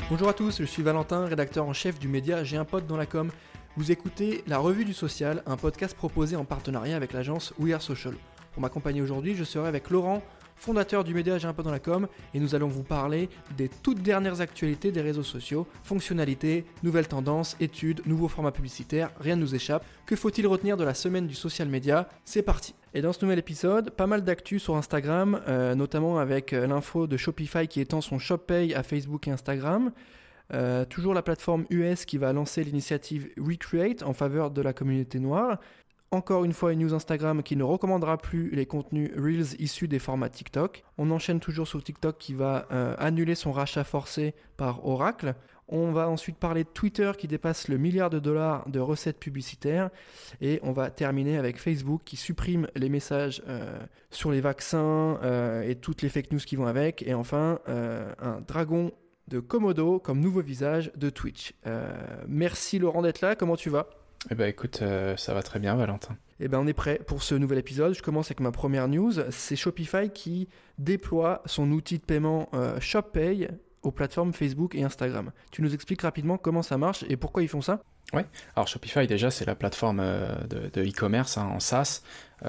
Bonjour à tous, je suis Valentin, rédacteur en chef du média J'ai un pote dans la com. Vous écoutez La Revue du Social, un podcast proposé en partenariat avec l'agence We Are Social. Pour m'accompagner aujourd'hui, je serai avec Laurent, fondateur du média J'ai un pote dans la com, et nous allons vous parler des toutes dernières actualités des réseaux sociaux, fonctionnalités, nouvelles tendances, études, nouveaux formats publicitaires, rien ne nous échappe. Que faut-il retenir de la semaine du social media ? C'est parti. Et dans ce nouvel épisode, pas mal d'actu sur Instagram, notamment avec l'info de Shopify qui étend son ShopPay à Facebook et Instagram. Toujours la plateforme US qui va lancer l'initiative Recreate en faveur de la communauté noire. Encore une fois, une news Instagram qui ne recommandera plus les contenus Reels issus des formats TikTok. On enchaîne toujours sur TikTok qui va annuler son rachat forcé par Oracle. On va ensuite parler de Twitter qui dépasse le $1 milliard de recettes publicitaires. Et on va terminer avec Facebook qui supprime les messages sur les vaccins et toutes les fake news qui vont avec. Et enfin, un dragon de Komodo comme nouveau visage de Twitch. Merci Laurent d'être là, comment tu vas ? Eh ben écoute, ça va très bien Valentin. Eh ben on est prêt pour ce nouvel épisode. Je commence avec ma première news. C'est Shopify qui déploie son outil de paiement ShopPay aux plateformes Facebook et Instagram. Tu nous expliques rapidement comment ça marche et pourquoi ils font ça ? Ouais, alors Shopify déjà c'est la plateforme de e-commerce en SaaS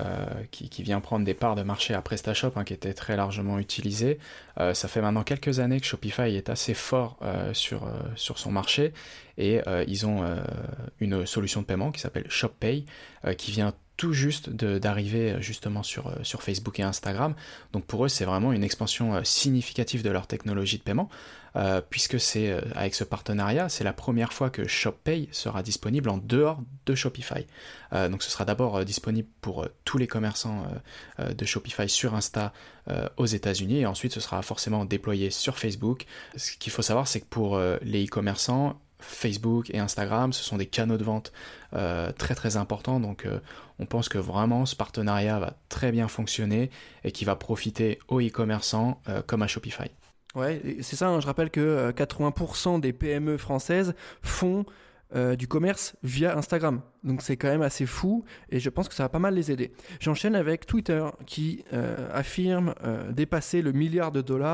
qui vient prendre des parts de marché à PrestaShop qui était très largement utilisé. Ça fait maintenant quelques années que Shopify est assez fort sur son marché et ils ont une solution de paiement qui s'appelle ShopPay qui vient tout juste d'arriver justement sur Facebook et Instagram. Donc pour eux, c'est vraiment une expansion significative de leur technologie de paiement, puisque c'est avec ce partenariat, c'est la première fois que ShopPay sera disponible en dehors de Shopify. Donc ce sera d'abord disponible pour tous les commerçants de Shopify sur Insta aux États-Unis, et ensuite ce sera forcément déployé sur Facebook. Ce qu'il faut savoir, c'est que pour les e-commerçants, Facebook et Instagram, ce sont des canaux de vente très très importants, donc on pense que vraiment ce partenariat va très bien fonctionner et qui va profiter aux e-commerçants comme à Shopify. Ouais, c'est ça, je rappelle que 80% des PME françaises font du commerce via Instagram, donc c'est quand même assez fou et je pense que ça va pas mal les aider. J'enchaîne avec Twitter qui affirme dépasser le $1 milliard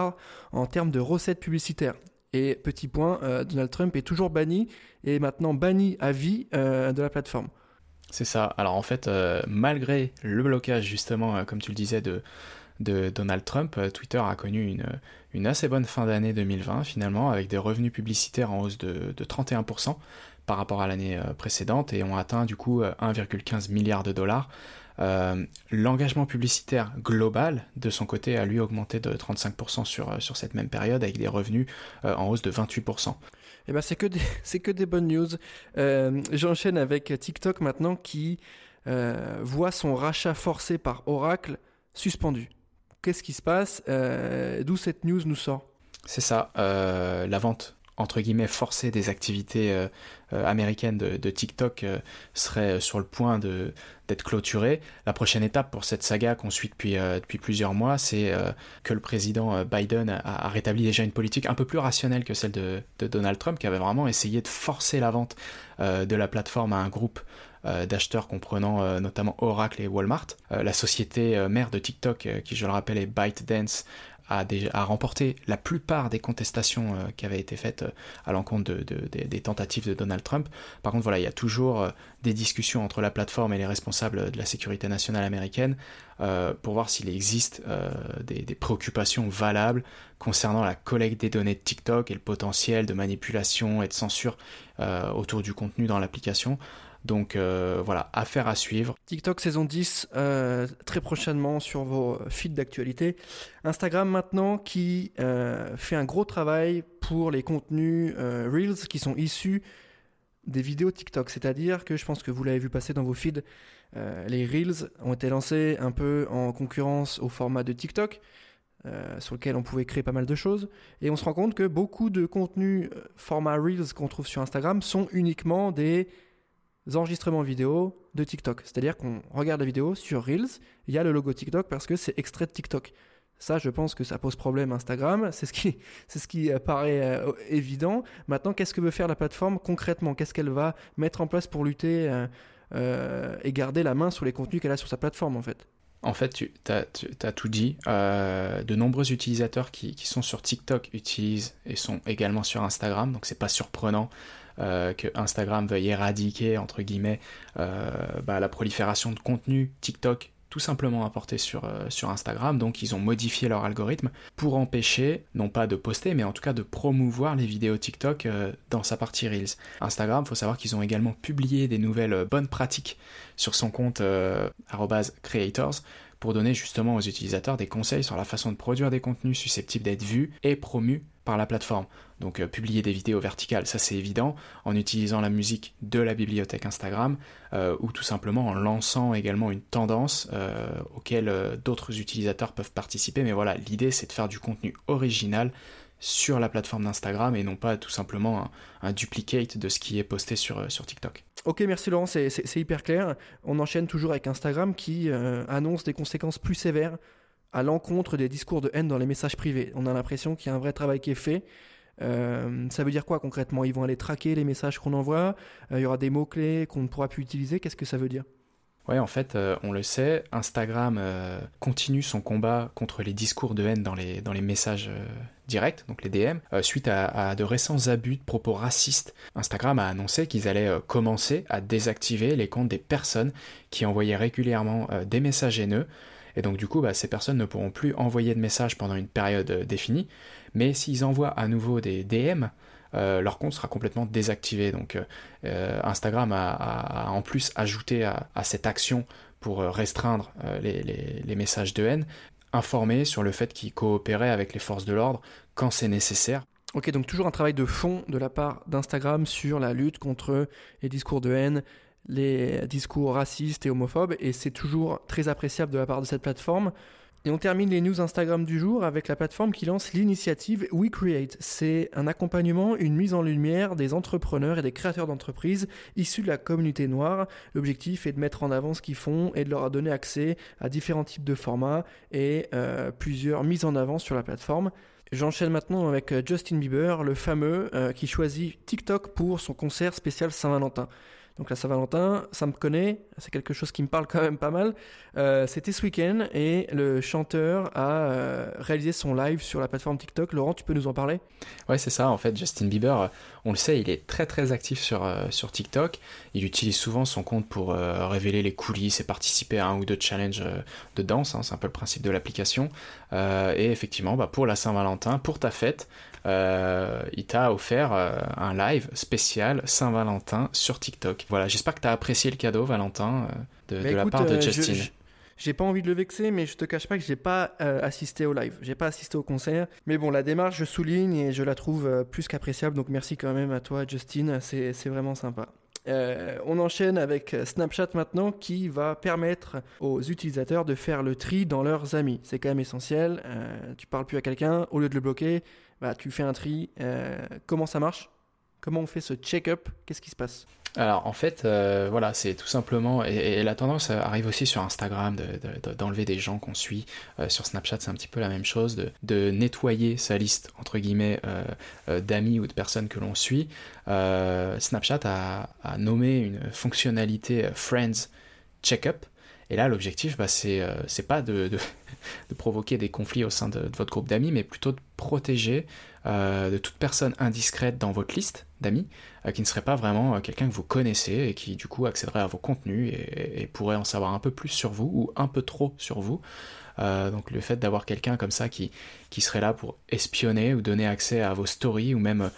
en termes de recettes publicitaires. Et petit point, Donald Trump est toujours banni et maintenant banni à vie de la plateforme. C'est ça. Alors en fait, malgré le blocage justement, comme tu le disais, de Donald Trump, Twitter a connu une assez bonne fin d'année 2020 finalement, avec des revenus publicitaires en hausse de 31% par rapport à l'année précédente et ont atteint du coup 1,15 milliard de dollars. L'engagement publicitaire global de son côté a lui augmenté de 35% sur cette même période avec des revenus en hausse de 28%. Eh ben c'est que des bonnes news. J'enchaîne avec TikTok maintenant qui voit son rachat forcé par Oracle suspendu. Qu'est-ce qui se passe ? D'où cette news nous sort ? C'est ça, la vente entre guillemets forcée des activités américaines de TikTok serait sur le point d'être clôturée. La prochaine étape pour cette saga qu'on suit depuis plusieurs mois, c'est que le président Biden a rétabli déjà une politique un peu plus rationnelle que celle de Donald Trump, qui avait vraiment essayé de forcer la vente de la plateforme à un groupe d'acheteurs comprenant notamment Oracle et Walmart. La société mère de TikTok, qui je le rappelle est ByteDance, a remporté la plupart des contestations qui avaient été faites à l'encontre des tentatives de Donald Trump. Par contre, voilà, il y a toujours des discussions entre la plateforme et les responsables de la sécurité nationale américaine pour voir s'il existe des préoccupations valables concernant la collecte des données de TikTok et le potentiel de manipulation et de censure autour du contenu dans l'application. Donc voilà, affaire à suivre. TikTok saison 10, très prochainement sur vos feeds d'actualité. Instagram maintenant qui fait un gros travail pour les contenus Reels qui sont issus des vidéos TikTok. C'est-à-dire que je pense que vous l'avez vu passer dans vos feeds, les Reels ont été lancés un peu en concurrence au format de TikTok, sur lequel on pouvait créer pas mal de choses. Et on se rend compte que beaucoup de contenus format Reels qu'on trouve sur Instagram sont uniquement des enregistrements vidéo de TikTok. C'est-à-dire qu'on regarde la vidéo sur Reels, il y a le logo TikTok parce que c'est extrait de TikTok. Ça, je pense que ça pose problème à Instagram. C'est ce qui paraît évident. Maintenant, qu'est-ce que veut faire la plateforme concrètement ? Qu'est-ce qu'elle va mettre en place pour lutter et garder la main sur les contenus qu'elle a sur sa plateforme, en fait ? En fait, tu as tout dit. De nombreux utilisateurs qui sont sur TikTok utilisent et sont également sur Instagram, donc c'est pas surprenant que Instagram veuille éradiquer, entre guillemets, la prolifération de contenu TikTok tout simplement apporté sur Instagram. Donc ils ont modifié leur algorithme pour empêcher, non pas de poster, mais en tout cas de promouvoir les vidéos TikTok dans sa partie Reels. Instagram, il faut savoir qu'ils ont également publié des nouvelles bonnes pratiques sur son compte @creators pour donner justement aux utilisateurs des conseils sur la façon de produire des contenus susceptibles d'être vus et promus par la plateforme. Donc publier des vidéos verticales, ça c'est évident, en utilisant la musique de la bibliothèque Instagram, ou tout simplement en lançant également une tendance auquel d'autres utilisateurs peuvent participer. Mais voilà, l'idée c'est de faire du contenu original sur la plateforme d'Instagram et non pas tout simplement un duplicate de ce qui est posté sur TikTok. Ok, merci Laurent, c'est hyper clair. On enchaîne toujours avec Instagram qui annonce des conséquences plus sévères à l'encontre des discours de haine dans les messages privés. On a l'impression qu'il y a un vrai travail qui est fait. Ça veut dire quoi concrètement ? Ils vont aller traquer les messages qu'on envoie, il y aura des mots-clés qu'on ne pourra plus utiliser. Qu'est-ce que ça veut dire ? Ouais, en fait, on le sait, Instagram continue son combat contre les discours de haine dans les messages directs, donc les DM, suite à de récents abus de propos racistes. Instagram a annoncé qu'ils allaient commencer à désactiver les comptes des personnes qui envoyaient régulièrement des messages haineux. Et donc du coup, ces personnes ne pourront plus envoyer de messages pendant une période définie, mais s'ils envoient à nouveau des DM, leur compte sera complètement désactivé. Donc Instagram a en plus ajouté à cette action pour restreindre les messages de haine, informé sur le fait qu'ils coopéraient avec les forces de l'ordre quand c'est nécessaire. Ok, donc toujours un travail de fond de la part d'Instagram sur la lutte contre les discours de haine, les discours racistes et homophobes, et c'est toujours très appréciable de la part de cette plateforme. Et on termine les news Instagram du jour avec la plateforme qui lance l'initiative We Create. C'est un accompagnement, une mise en lumière des entrepreneurs et des créateurs d'entreprises issus de la communauté noire. L'objectif est de mettre en avant ce qu'ils font et de leur donner accès à différents types de formats et plusieurs mises en avant sur la plateforme. J'enchaîne maintenant avec Justin Bieber, le fameux qui choisit TikTok pour son concert spécial Saint-Valentin. Donc la Saint-Valentin, ça me connaît, c'est quelque chose qui me parle quand même pas mal. C'était ce week-end et le chanteur a réalisé son live sur la plateforme TikTok. Laurent, tu peux nous en parler ? Ouais, c'est ça. En fait, Justin Bieber, on le sait, il est très très actif sur TikTok. Il utilise souvent son compte pour révéler les coulisses et participer à un ou deux challenges de danse. C'est un peu le principe de l'application. Et effectivement, pour la Saint-Valentin, pour ta fête, il t'a offert un live spécial Saint-Valentin sur TikTok. Voilà, j'espère que tu as apprécié le cadeau, Valentin, de la part de Justin. J'ai pas envie de le vexer, mais je te cache pas que j'ai pas assisté au live, j'ai pas assisté au concert. Mais bon, la démarche, je souligne et je la trouve plus qu'appréciable, donc merci quand même à toi, Justin, c'est vraiment sympa. On enchaîne avec Snapchat maintenant qui va permettre aux utilisateurs de faire le tri dans leurs amis. C'est quand même essentiel. Tu parles plus à quelqu'un, au lieu de le bloquer, tu fais un tri. Comment ça marche ? Comment on fait ce check-up ? Qu'est-ce qui se passe ? Alors en fait, voilà, c'est tout simplement, et la tendance arrive aussi sur Instagram d'enlever des gens qu'on suit. Sur Snapchat, c'est un petit peu la même chose, de nettoyer sa liste, entre guillemets, d'amis ou de personnes que l'on suit. Snapchat a nommé une fonctionnalité Friends Checkup. Et là, l'objectif, c'est pas de provoquer des conflits au sein de votre groupe d'amis, mais plutôt de protéger de toute personne indiscrète dans votre liste d'amis, qui ne serait pas vraiment quelqu'un que vous connaissez et qui du coup accéderait à vos contenus et pourrait en savoir un peu plus sur vous ou un peu trop sur vous. Donc le fait d'avoir quelqu'un comme ça qui serait là pour espionner ou donner accès à vos stories ou même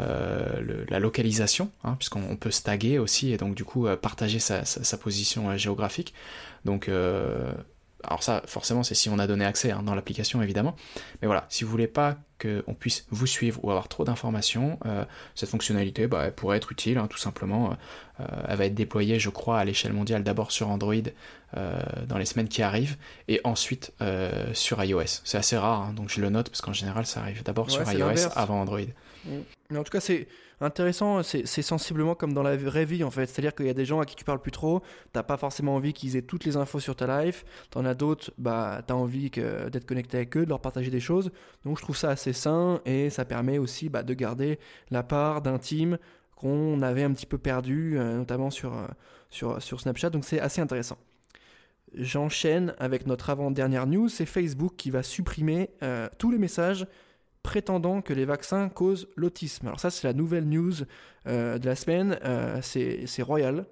la localisation, puisqu'on peut se taguer aussi et donc du coup partager sa position géographique. Donc alors ça, forcément, c'est si on a donné accès dans l'application, évidemment. Mais voilà, si vous voulez pas qu'on puisse vous suivre ou avoir trop d'informations, cette fonctionnalité, elle pourrait être utile, tout simplement. Elle va être déployée, je crois, à l'échelle mondiale, d'abord sur Android dans les semaines qui arrivent, et ensuite sur iOS. C'est assez rare, donc je le note, parce qu'en général, ça arrive d'abord sur iOS avant Android. Mais en tout cas, c'est intéressant, c'est sensiblement comme dans la vraie vie en fait, c'est-à-dire qu'il y a des gens à qui tu parles plus trop, t'as pas forcément envie qu'ils aient toutes les infos sur ta life, t'en as d'autres, t'as envie d'être connecté avec eux, de leur partager des choses, donc je trouve ça assez sain et ça permet aussi de garder la part d'intime qu'on avait un petit peu perdu, notamment sur Snapchat, donc c'est assez intéressant. j'enchaîne avec notre avant-dernière news, c'est Facebook qui va supprimer tous les messages prétendant que les vaccins causent l'autisme. Alors ça, c'est la nouvelle news de la semaine, c'est royal,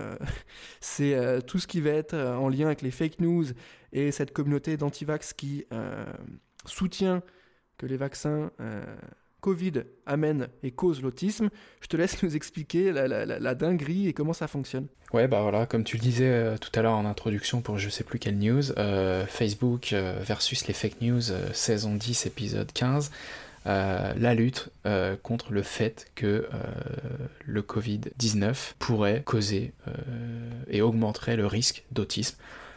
c'est tout ce qui va être en lien avec les fake news et cette communauté d'antivax qui soutient que les vaccins Covid amènent et causent l'autisme. Je te laisse nous expliquer la dinguerie et comment ça fonctionne. Ouais, bah voilà, comme tu le disais tout à l'heure en introduction pour je sais plus quelle news, Facebook versus les fake news, saison 10, épisode 15, la lutte contre le fait que le Covid-19 pourrait causer et augmenterait le risque d'autisme.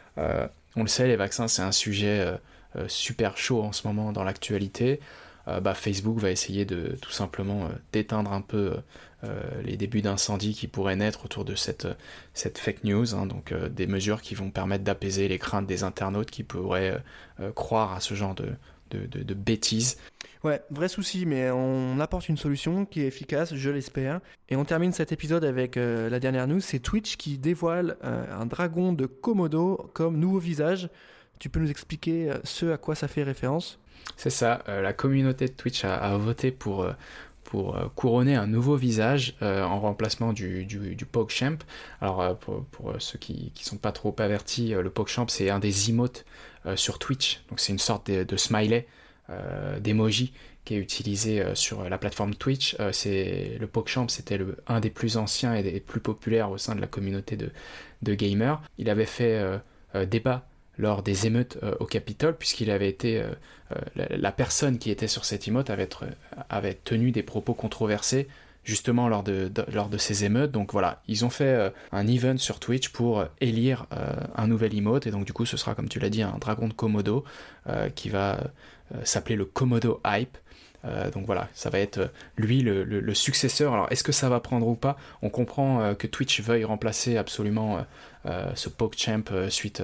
On le sait, les vaccins, c'est un sujet super chaud en ce moment dans l'actualité. Facebook va essayer de tout simplement d'éteindre un peu les débuts d'incendie qui pourraient naître autour de cette fake news, hein, donc des mesures qui vont permettre d'apaiser les craintes des internautes qui pourraient croire à ce genre de bêtises. Ouais, vrai souci, mais on apporte une solution qui est efficace, je l'espère. Et on termine cet épisode avec la dernière news, c'est Twitch qui dévoile un dragon de Komodo comme nouveau visage. Tu peux nous expliquer ce à quoi ça fait référence ? C'est ça, la communauté de Twitch a voté pour couronner un nouveau visage en remplacement du PogChamp. Alors pour ceux qui sont pas trop avertis, le PogChamp c'est un des emotes sur Twitch, donc c'est une sorte de smiley, d'emoji qui est utilisé sur la plateforme Twitch. Le PogChamp c'était un des plus anciens et des plus populaires au sein de la communauté de gamers. Il avait fait débat lors des émeutes au Capitole, puisqu'il avait été la personne qui était sur cette emote avait tenu des propos controversés justement lors de ces émeutes. Donc voilà, ils ont fait un event sur Twitch pour élire un nouvel emote, et donc du coup ce sera, comme tu l'as dit, un dragon de Komodo qui va s'appeler le Komodo Hype. Donc voilà, ça va être lui le successeur. Alors est-ce que ça va prendre ou pas ? On comprend que Twitch veuille remplacer absolument ce PogChamp suite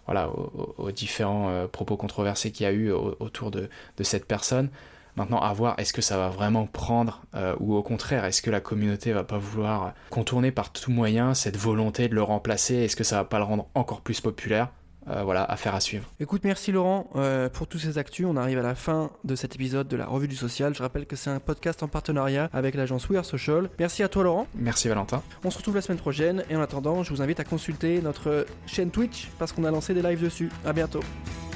aux différents propos controversés qu'il y a eu autour de cette personne. Maintenant, à voir, est-ce que ça va vraiment prendre ou au contraire, est-ce que la communauté va pas vouloir contourner par tout moyen cette volonté de le remplacer ? Est-ce que ça va pas le rendre encore plus populaire ? Affaire à suivre. Écoute, merci Laurent pour tous ces actus. On arrive à la fin de cet épisode de la Revue du Social. Je rappelle que c'est un podcast en partenariat avec l'agence We Are Social. Merci à toi Laurent. Merci Valentin. On se retrouve la semaine prochaine et en attendant, je vous invite à consulter notre chaîne Twitch parce qu'on a lancé des lives dessus. À bientôt.